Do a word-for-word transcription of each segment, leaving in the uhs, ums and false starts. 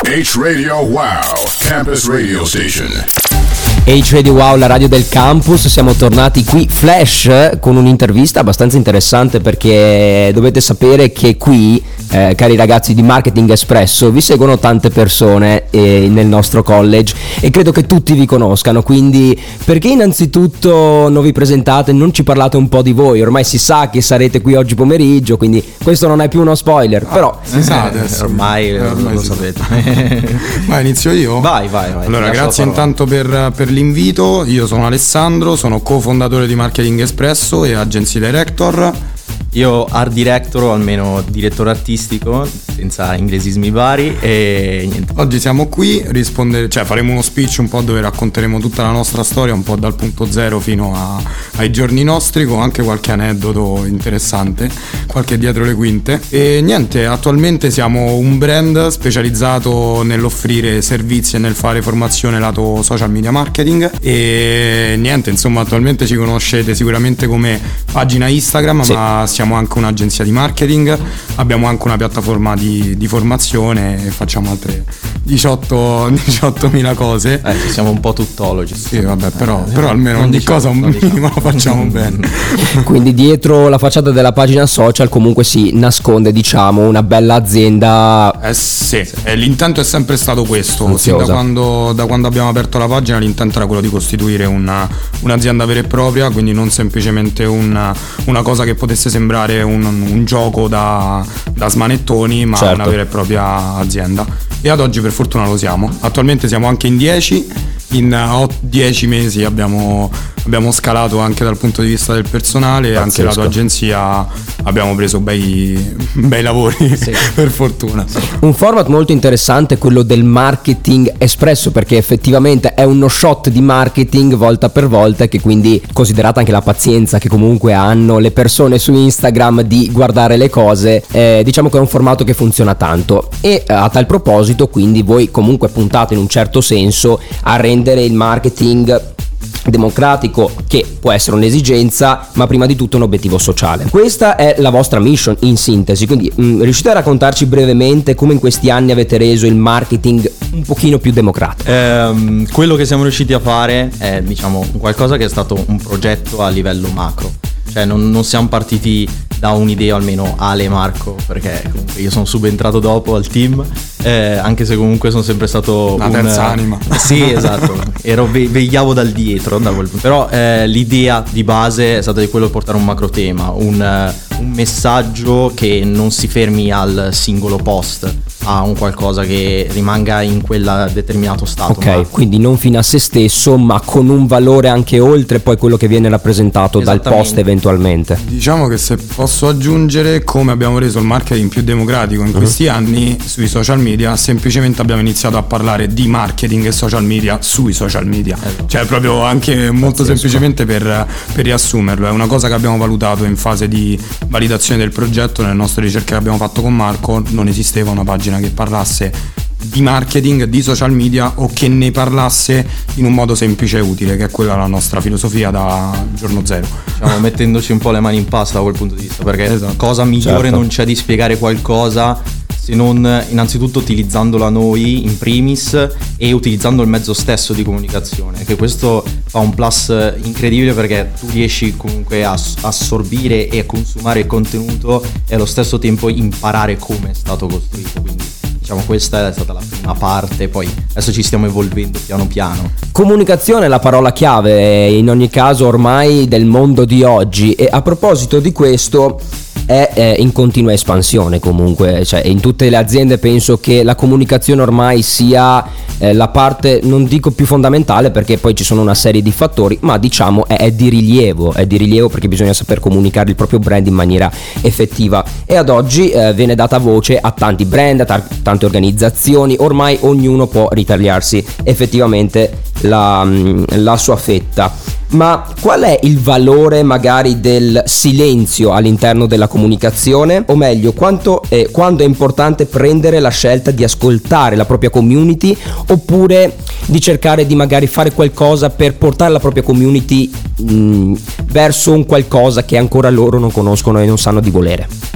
H Radio Wow, Campus Radio Station. H Radio Wow, la radio del campus. Siamo tornati qui flash con un'intervista abbastanza interessante, perché dovete sapere che qui, eh, cari ragazzi di Marketing Espresso, vi seguono tante persone eh, nel nostro college e credo che tutti vi conoscano. Quindi perché innanzitutto non vi presentate, non ci parlate un po' di voi? Ormai si sa che sarete qui oggi pomeriggio, quindi questo non è più uno spoiler, ah, però si sa adesso. Ormai, eh, ormai lo sapete. Ma inizio io? Vai, vai, vai. Allora, grazie intanto per, per l'invito. Io sono Alessandro, sono cofondatore di Marketing Espresso e Agency Director. Io art director, o almeno direttore artistico, senza inglesismi vari, e niente. Oggi siamo qui, rispondere, cioè faremo uno speech un po' dove racconteremo tutta la nostra storia, un po' dal punto zero fino a, ai giorni nostri, con anche qualche aneddoto interessante, qualche dietro le quinte. E niente, attualmente siamo un brand specializzato nell'offrire servizi e nel fare formazione lato social media marketing. E niente, insomma, attualmente ci conoscete sicuramente come pagina Instagram, sì, ma siamo anche un'agenzia di marketing, abbiamo anche una piattaforma di, di formazione e facciamo altre diciottomila cose. Eh, siamo un po' tuttologi. Sì, vabbè, però, eh, però almeno ogni diciamo, cosa un minimo diciamo. la facciamo bene. Quindi dietro la facciata della pagina social comunque si nasconde, diciamo, una bella azienda. Eh sì, sì. Eh, l'intento è sempre stato questo. Sì, da, quando, da quando abbiamo aperto la pagina l'intento era quello di costituire una, un'azienda vera e propria, quindi non semplicemente una, una cosa che potesse sembrare un, un gioco da, da smanettoni, ma certo, una vera e propria azienda. E ad oggi per fortuna lo siamo. Attualmente siamo anche in dieci. In dieci mesi abbiamo, abbiamo scalato anche dal punto di vista del personale. Pazzesco. Anche la tua agenzia abbiamo preso bei, bei lavori, sì, per fortuna. Un format molto interessante è quello del Marketing Espresso, perché effettivamente è uno shot di marketing volta per volta, che quindi, considerata anche la pazienza che comunque hanno le persone su Instagram di guardare le cose, eh, diciamo che è un formato che funziona tanto. E eh, a tal proposito quindi voi comunque puntate in un certo senso a rendere il marketing democratico, che può essere un'esigenza ma prima di tutto un obiettivo sociale. Questa è la vostra mission in sintesi, quindi mh, riuscite a raccontarci brevemente come in questi anni avete reso il marketing un pochino più democratico? Eh, quello che siamo riusciti a fare è, diciamo, qualcosa che è stato un progetto a livello macro, cioè non, non siamo partiti da un'idea, almeno Ale e Marco, perché comunque io sono subentrato dopo al team, eh, anche se comunque sono sempre stato una un, terza anima. Sì, esatto, ero ve- vegliavo dal dietro da quel punto. Però eh, l'idea di base è stata di quello di portare un macro tema, un, uh, un messaggio che non si fermi al singolo post, a un qualcosa che rimanga in quel determinato stato. Ok, ma... quindi non fino a se stesso, ma con un valore anche oltre poi quello che viene rappresentato dal post eventualmente. Diciamo che, se posso aggiungere, come abbiamo reso il marketing più democratico in uh-huh. questi anni sui social media, semplicemente abbiamo iniziato a parlare di marketing e social media sui social media. Esatto. Cioè proprio anche molto Pazzesco. semplicemente per, per riassumerlo, è una cosa che abbiamo valutato in fase di validazione del progetto. Nelle nostre ricerche che abbiamo fatto con Marco non esisteva una pagina che parlasse di marketing, di social media, o che ne parlasse in un modo semplice e utile, che è quella la nostra filosofia da giorno zero. Diciamo, mettendoci un po' le mani in pasta da quel punto di vista, perché esatto. cosa migliore certo. non c'è di spiegare qualcosa se non innanzitutto utilizzandola noi in primis e utilizzando il mezzo stesso di comunicazione, che questo fa un plus incredibile, perché tu riesci comunque a assorbire e a consumare il contenuto e allo stesso tempo imparare come è stato costruito. Quindi diciamo questa è stata la prima parte, poi adesso ci stiamo evolvendo piano piano. Comunicazione è la parola chiave in ogni caso ormai del mondo di oggi, e a proposito di questo è eh, in continua espansione comunque, cioè in tutte le aziende penso che la comunicazione ormai sia eh, la parte, non dico più fondamentale perché poi ci sono una serie di fattori, ma diciamo è, è di rilievo, è di rilievo perché bisogna saper comunicare il proprio brand in maniera effettiva, e ad oggi eh, viene data voce a tanti brand, a t- tante organizzazioni, ormai ognuno può ritagliarsi effettivamente la, la sua fetta. Ma qual è il valore magari del silenzio all'interno della comunicazione? O meglio, quanto è, quando è importante prendere la scelta di ascoltare la propria community, oppure di cercare di magari fare qualcosa per portare la propria community mh, verso un qualcosa che ancora loro non conoscono e non sanno di volere?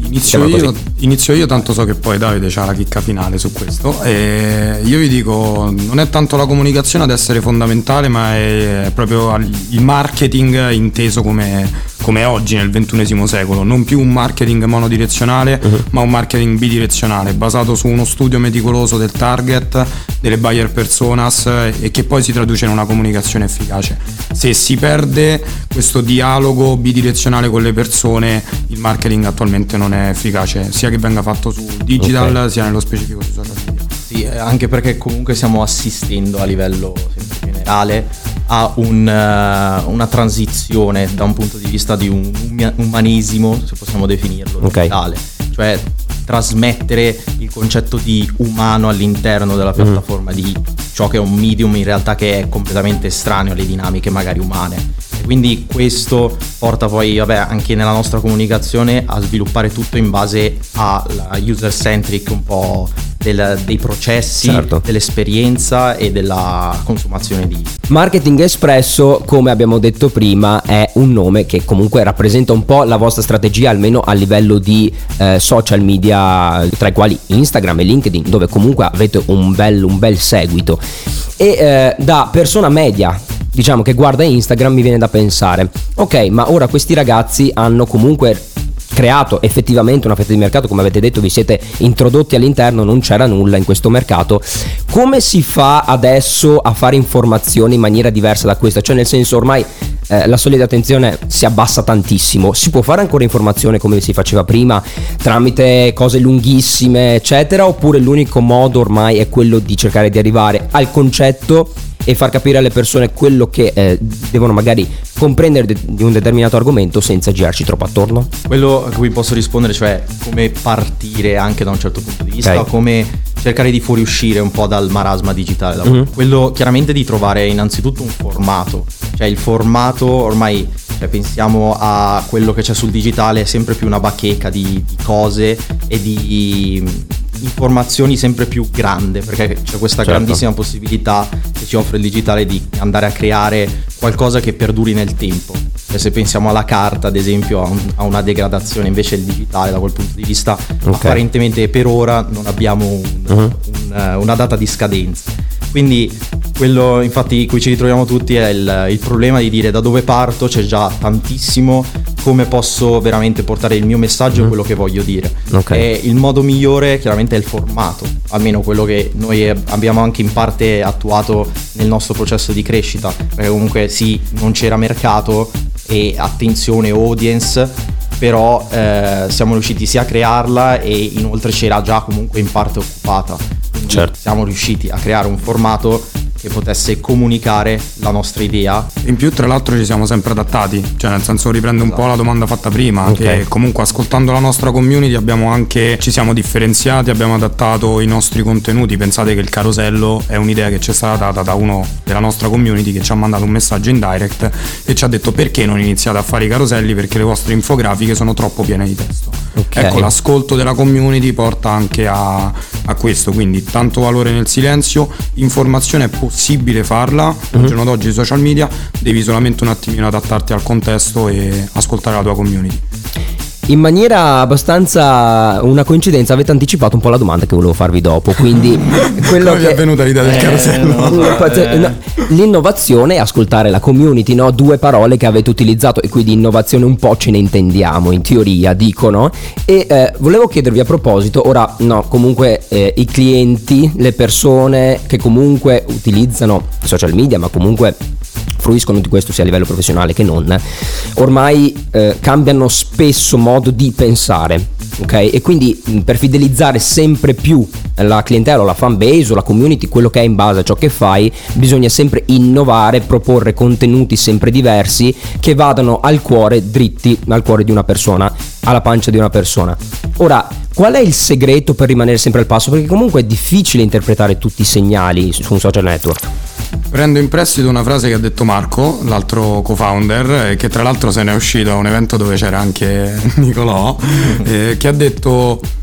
Inizio io, inizio io, tanto so che poi Davide c'ha la chicca finale su questo. E io vi dico, non è tanto la comunicazione ad essere fondamentale, ma è proprio il marketing inteso come, come oggi nel ventunesimo secolo. Non più un marketing monodirezionale, uh-huh. ma un marketing bidirezionale, basato su uno studio meticoloso del target, delle buyer personas, e che poi si traduce in una comunicazione efficace. Se si perde questo dialogo bidirezionale con le persone, il marketing attualmente non è efficace, sia che venga fatto su digital, okay. sia nello specifico su social media. Sì, anche perché comunque stiamo assistendo a livello sempre generale a un, uh, una transizione da un punto di vista di un umanesimo, se possiamo definirlo, okay. digitale, cioè trasmettere il concetto di umano all'interno della piattaforma, mm. di ciò che è un medium in realtà che è completamente estraneo alle dinamiche magari umane. Quindi questo porta poi, vabbè, anche nella nostra comunicazione a sviluppare tutto in base alla user centric, un po' del, dei processi, certo. dell'esperienza e della consumazione di Marketing Espresso, come abbiamo detto prima, è un nome che comunque rappresenta un po' la vostra strategia, almeno a livello di eh, social media, tra i quali Instagram e LinkedIn, dove comunque avete un bel, un bel seguito. E eh, da persona media, diciamo, che guarda Instagram, mi viene da pensare, ok, ma ora questi ragazzi hanno comunque creato effettivamente una fetta di mercato, come avete detto, vi siete introdotti all'interno, non c'era nulla in questo mercato. Come si fa adesso a fare informazioni in maniera diversa da questa? Cioè, nel senso, ormai eh, la soglia di attenzione si abbassa tantissimo, si può fare ancora informazione come si faceva prima, tramite cose lunghissime eccetera, oppure l'unico modo ormai è quello di cercare di arrivare al concetto e far capire alle persone quello che eh, devono magari comprendere de- di un determinato argomento senza girarci troppo attorno? Quello a cui posso rispondere, cioè come partire anche da un certo punto di vista, okay. come cercare di fuoriuscire un po' dal marasma digitale, mm-hmm. quello chiaramente di trovare innanzitutto un formato, cioè il formato ormai, cioè pensiamo a quello che c'è sul digitale, è sempre più una bacheca di, di cose e di informazioni sempre più grande, perché c'è questa certo. grandissima possibilità che ci offre il digitale di andare a creare qualcosa che perduri nel tempo. E se pensiamo alla carta, ad esempio, a, un, a una degradazione, invece il digitale da quel punto di vista okay. apparentemente per ora non abbiamo un, uh-huh. un, una data di scadenza. Quindi quello infatti cui ci ritroviamo tutti è il, il problema di dire da dove parto, c'è già tantissimo, come posso veramente portare il mio messaggio e mm. quello che voglio dire. Okay. E il modo migliore chiaramente è il formato, almeno quello che noi abbiamo anche in parte attuato nel nostro processo di crescita, perché comunque sì, non c'era mercato e attenzione audience, però eh, siamo riusciti sia a crearla e inoltre c'era già comunque in parte occupata. Quindi certo. siamo riusciti a creare un formato che potesse comunicare la nostra idea. In più, tra l'altro, ci siamo sempre adattati, cioè nel senso, riprende un esatto. po' la domanda fatta prima, okay. che comunque ascoltando la nostra community abbiamo anche, ci siamo differenziati, abbiamo adattato i nostri contenuti. Pensate che il carosello è un'idea che ci è stata data da uno della nostra community che ci ha mandato un messaggio in direct e ci ha detto: perché non iniziate a fare i caroselli, perché le vostre infografiche sono troppo piene di testo. Okay. Ecco, l'ascolto della community porta anche a, a questo, quindi tanto valore nel silenzio, informazione è possibile farla, mm-hmm. al giorno d'oggi social media, devi solamente un attimino adattarti al contesto e ascoltare la tua community. In maniera abbastanza una coincidenza avete anticipato un po' la domanda che volevo farvi dopo, quindi quello come che vi è venuta l'idea del eh, carosello? no, eh. no, l'innovazione è ascoltare la community, no? Due parole che avete utilizzato e qui di innovazione un po' ce ne intendiamo, in teoria dicono, e eh, volevo chiedervi a proposito, ora no, comunque eh, i clienti, le persone che comunque utilizzano i social media, ma comunque fruiscono di questo sia a livello professionale che non, ormai eh, cambiano spesso modo di pensare, ok? E quindi mh, per fidelizzare sempre più la clientela o la fan base o la community, quello che è in base a ciò che fai, bisogna sempre innovare, proporre contenuti sempre diversi che vadano al cuore, dritti al cuore di una persona, alla pancia di una persona. Ora, qual è il segreto per rimanere sempre al passo? Perché comunque è difficile interpretare tutti i segnali su un social network. Prendo in prestito una frase che ha detto Marco, l'altro co-founder, che tra l'altro se ne è uscito a un evento dove c'era anche Nicolò, eh, che ha detto: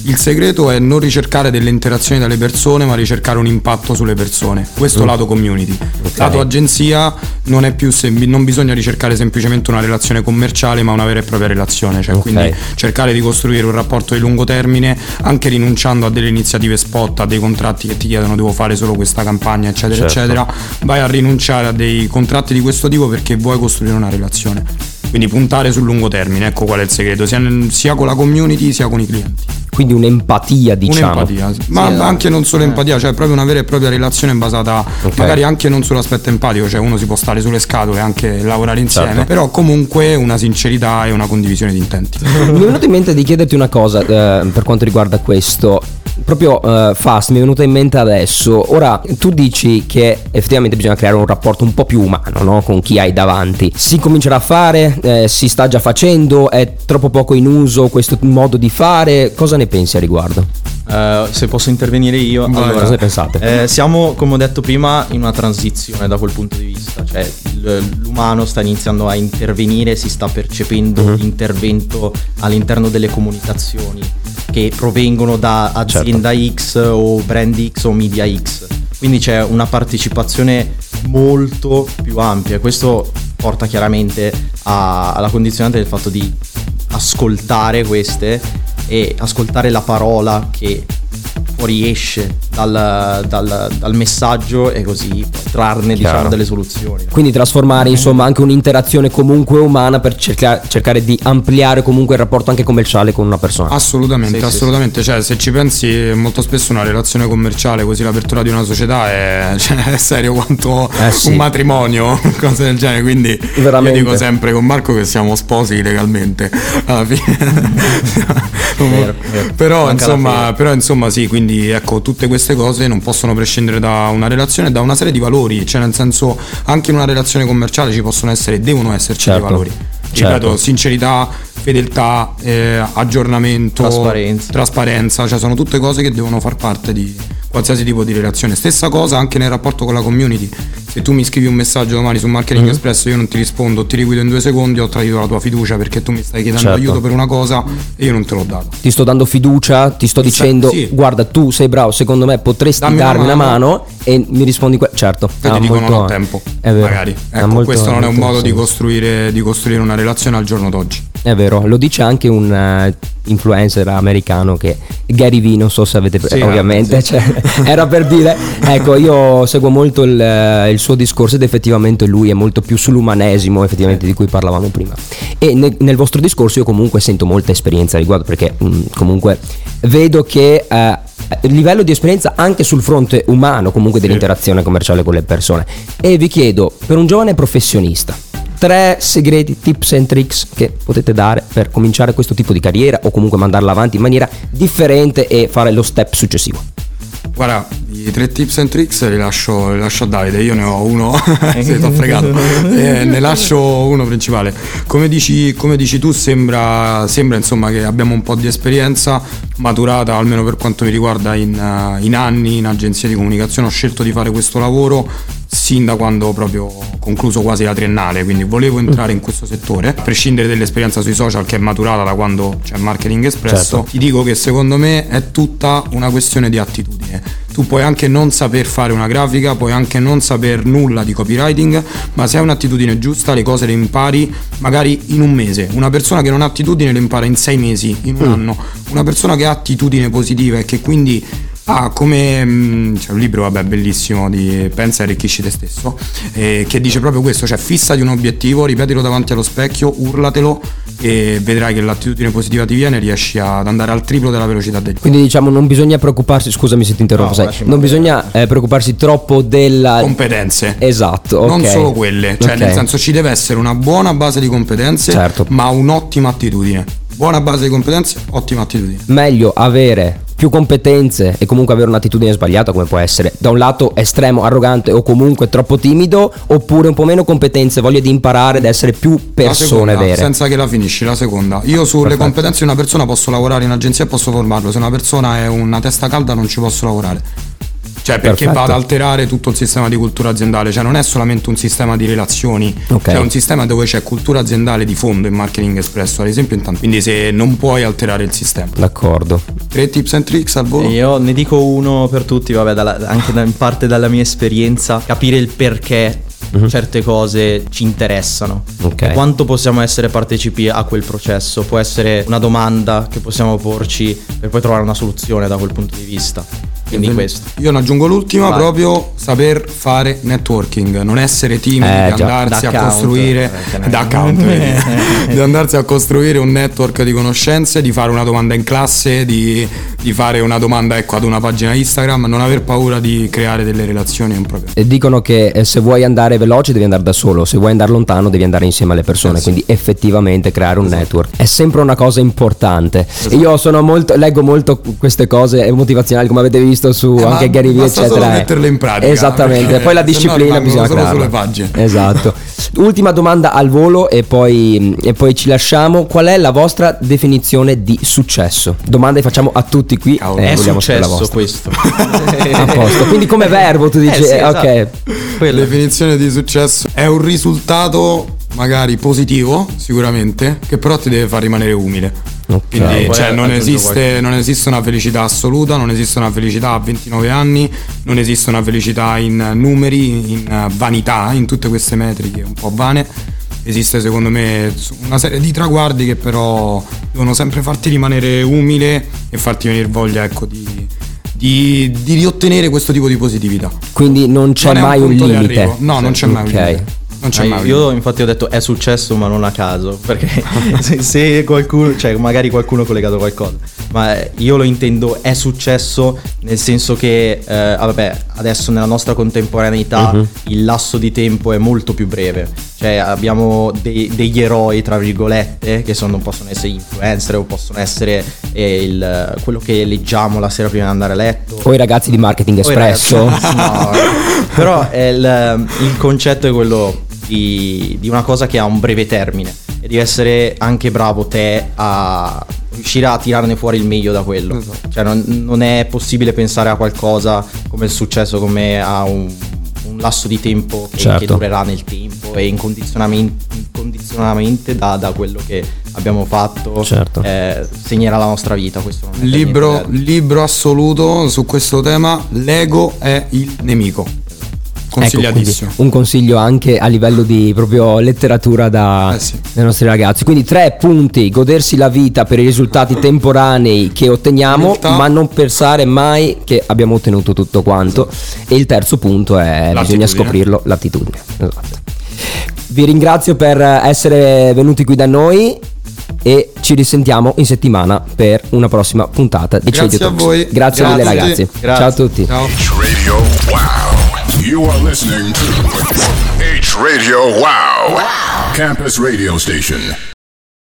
il segreto è non ricercare delle interazioni dalle persone, ma ricercare un impatto sulle persone. Questo mm. lato community. Okay. Lato agenzia non è più sem- non bisogna ricercare semplicemente una relazione commerciale, ma una vera e propria relazione, cioè okay. quindi cercare di costruire un rapporto di lungo termine, anche rinunciando a delle iniziative spot, a dei contratti che ti chiedono devo fare solo questa campagna, eccetera, certo. eccetera. Vai a rinunciare a dei contratti di questo tipo perché vuoi costruire una relazione. Quindi puntare sul lungo termine, ecco qual è il segreto, sia, sia con la community sia con i clienti. Quindi un'empatia, diciamo. Un'empatia, ma sì, anche non solo empatia, cioè proprio una vera e propria relazione basata okay. magari anche non sull'aspetto empatico, cioè uno si può stare sulle scatole e anche lavorare insieme, certo. però comunque una sincerità e una condivisione di intenti. Mi è venuto in mente di chiederti una cosa eh, per quanto riguarda questo. Proprio uh, fast, mi è venuto in mente adesso. Ora, tu dici che effettivamente bisogna creare un rapporto un po' più umano, no? Con chi hai davanti. Si comincerà a fare? Eh, si sta già facendo? È troppo poco in uso questo modo di fare? Cosa ne pensi a riguardo? Uh, se posso intervenire io, Vai, allora, cosa ne pensate? Eh, siamo, come ho detto prima, in una transizione da quel punto di vista, cioè l'umano sta iniziando a intervenire, si sta percependo uh-huh. l'intervento all'interno delle comunicazioni che provengono da azienda certo. X o brand X o media X, quindi c'è una partecipazione molto più ampia. Questo porta chiaramente a, alla condizionante del fatto di ascoltare queste e ascoltare la parola che fuoriesce dal, dal, dal messaggio e così trarne Chiaro. diciamo delle soluzioni. Quindi trasformare insomma anche un'interazione comunque umana per cerca- cercare di ampliare comunque il rapporto anche commerciale con una persona. Assolutamente, sì, assolutamente. Sì, cioè, se ci pensi, molto spesso una relazione commerciale, così l'apertura di una società è, cioè, è serio quanto eh sì. un matrimonio, cose del genere. Quindi Veramente. io dico sempre con Marco che siamo sposi legalmente alla fine. vero, vero. Però Manca insomma, però insomma sì, quindi ecco, tutte queste cose non possono prescindere da una relazione, da una serie di valori, cioè nel senso anche in una relazione commerciale ci possono essere, devono esserci certo. dei valori. Ripeto, certo. sincerità, fedeltà, eh, aggiornamento, trasparenza. trasparenza, cioè sono tutte cose che devono far parte di qualsiasi tipo di relazione. Stessa cosa anche nel rapporto con la community. Se tu mi scrivi un messaggio domani su Marketing mm-hmm. Express, io non ti rispondo, ti liquido in due secondi, ho tradito la tua fiducia perché tu mi stai chiedendo certo. aiuto per una cosa e io non te l'ho dato. Ti sto dando fiducia, ti sto ti dicendo sì. guarda, tu sei bravo, secondo me potresti Dammi darmi una mano. una mano e mi rispondi que- certo. E ti dico non ho tempo, è vero. magari. Ecco, molto, questo non è un modo di costruire, di costruire una relazione al giorno d'oggi. È vero, lo dice anche un uh, influencer americano che Gary Vee, non so se avete sì, ovviamente, sì. cioè, era per dire, ecco, io seguo molto il, il suo discorso ed effettivamente lui è molto più sull'umanesimo effettivamente di cui parlavamo prima. E ne, nel vostro discorso io comunque sento molta esperienza a riguardo perché mh, comunque vedo che uh, livello di esperienza anche sul fronte umano comunque dell'interazione commerciale con le persone. E vi chiedo, per un giovane professionista, tre segreti, tips and tricks che potete dare per cominciare questo tipo di carriera o comunque mandarla avanti in maniera differente e fare lo step successivo. Guarda, i tre tips and tricks li lascio, li lascio a Davide, io ne ho uno, se ti ho fregato, eh, ne lascio uno principale. Come dici, come dici tu, sembra, sembra insomma che abbiamo un po' di esperienza maturata, almeno per quanto mi riguarda, in, uh, in anni in agenzia di comunicazione. Ho scelto di fare questo lavoro sin da quando ho proprio concluso quasi la triennale, quindi volevo entrare in questo settore, a prescindere dall'esperienza sui social che è maturata da quando c'è Marketing Express. Certo. Ti dico che secondo me è tutta una questione di attitudine. Tu puoi anche non saper fare una grafica, puoi anche non saper nulla di copywriting, ma se hai un'attitudine giusta le cose le impari magari in un mese. Una persona che non ha attitudine le impara in sei mesi, in un mm. anno. Una persona che ha attitudine positiva e che quindi Ah, come c'è un libro, vabbè, bellissimo, di Pensa e arricchisci te stesso, eh, che dice proprio questo, cioè fissati un obiettivo, ripetilo davanti allo specchio, urlatelo e vedrai che l'attitudine positiva ti viene e riesci ad andare al triplo della velocità degli. Quindi diciamo non bisogna preoccuparsi, scusami se ti interrompo, no, sai, non bisogna eh, preoccuparsi troppo della competenze. Esatto, non okay. solo quelle, cioè okay. nel senso ci deve essere una buona base di competenze, certo. ma un'ottima attitudine. Buona base di competenze, ottima attitudine. Meglio avere più competenze e comunque avere un'attitudine sbagliata, come può essere da un lato estremo, arrogante o comunque troppo timido, oppure un po' meno competenze, voglia di imparare ed essere più persone seconda, vere. Senza che la finisci, la seconda. Io sulle Perfetto. competenze di una persona posso lavorare in agenzia e posso formarlo. Se una persona è una testa calda non ci posso lavorare. Cioè perché Perfetto. va ad alterare tutto il sistema di cultura aziendale, cioè non è solamente un sistema di relazioni, Ok. cioè è un sistema dove c'è cultura aziendale di fondo in marketing espresso, ad esempio, intanto. Quindi se non puoi alterare il sistema. D'accordo. Tre tips and tricks al volo? Io ne dico uno per tutti, vabbè, dalla- anche da- in parte dalla mia esperienza, capire il perché certe cose ci interessano. Ok. E quanto possiamo essere partecipi a quel processo. Può essere una domanda che possiamo porci per poi trovare una soluzione da quel punto di vista. Quindi questo. Io ne aggiungo l'ultima, Vai. proprio saper fare networking, non essere timidi, Eh, di già. andarsi a Da account, costruire eh, che ne- da account, vedi? Di andarsi a costruire un network di conoscenze, di fare una domanda in classe, di, di fare una domanda, ecco, ad una pagina Instagram, non aver paura di creare delle relazioni, è un problema. E dicono che eh, se vuoi andare veloce devi andare da solo, se vuoi andare lontano devi andare insieme alle persone, Eh sì. quindi effettivamente creare un network è sempre una cosa importante. Io sono molto, leggo molto queste cose motivazionali, come avete visto su Eh, ma anche Gary Vee, basta eccetera. solo eh. metterle in pratica, Esattamente, perché poi la sennò disciplina rimangono bisogna solo crearla. sulle pagine. Esatto. Ultima domanda al volo e poi, e poi ci lasciamo. Qual è la vostra definizione di successo? Domanda che facciamo a tutti qui. Cavolo. eh, È vogliamo sapere la successo vostra. questo. A posto. Quindi come verbo tu dici, Eh sì, eh, esatto. ok. Quello. Definizione di successo è un risultato magari positivo, sicuramente, che però ti deve far rimanere umile. Ok. Quindi Poi cioè, non, aggiungo esiste, qualcosa. non esiste una felicità assoluta, non esiste una felicità a ventinove anni, non esiste una felicità in numeri, in vanità, in tutte queste metriche un po' vane. Esiste secondo me una serie di traguardi che però devono sempre farti rimanere umile e farti venire voglia, ecco, di, di, di riottenere questo tipo di positività. Quindi non c'è Non è un mai un punto di limite. arrivo. No, non c'è mai un Ok. limite. Non c'è Ah, mai un io infatti ho detto è successo ma non a caso, perché se, se qualcuno, cioè magari qualcuno ha collegato qualcosa, ma io lo intendo è successo nel senso che eh, ah, vabbè, adesso nella nostra contemporaneità Mhm. il lasso di tempo è molto più breve, cioè abbiamo dei- degli eroi tra virgolette che sono, possono essere influencer o possono essere eh, il, quello che leggiamo la sera prima di andare a letto. O i ragazzi di Marketing Poi, Espresso. ragazzi, no, però è il, il concetto è quello di, di una cosa che ha un breve termine e devi essere anche bravo te a riuscire a tirarne fuori il meglio da quello. Esatto. Cioè non, non è possibile pensare a qualcosa come il successo come a un, un lasso di tempo che, Certo. che durerà nel tempo e incondizionamente, incondizionatamente da, da quello che abbiamo fatto Certo. eh, segnerà la nostra vita. Questo non è per libro, niente vero. libro assoluto su questo tema. L'ego è il nemico. Ecco, quindi Consigliatissimo. un consiglio anche a livello di proprio letteratura da, Eh sì. dai nostri ragazzi. Quindi tre punti: godersi la vita per i risultati temporanei che otteniamo, Umiltà. ma non pensare mai che abbiamo ottenuto tutto quanto. E il terzo punto è bisogna L'attitudine. scoprirlo, l'attitudine. Esatto. Vi ringrazio per essere venuti qui da noi e ci risentiamo in settimana per una prossima puntata di Grazie Cedio a Talks. voi. Grazie mille Grazie. ragazzi. Grazie. Ciao a tutti. Ciao. H Radio Wow. You are listening to H Radio Wow. Campus Radio Station.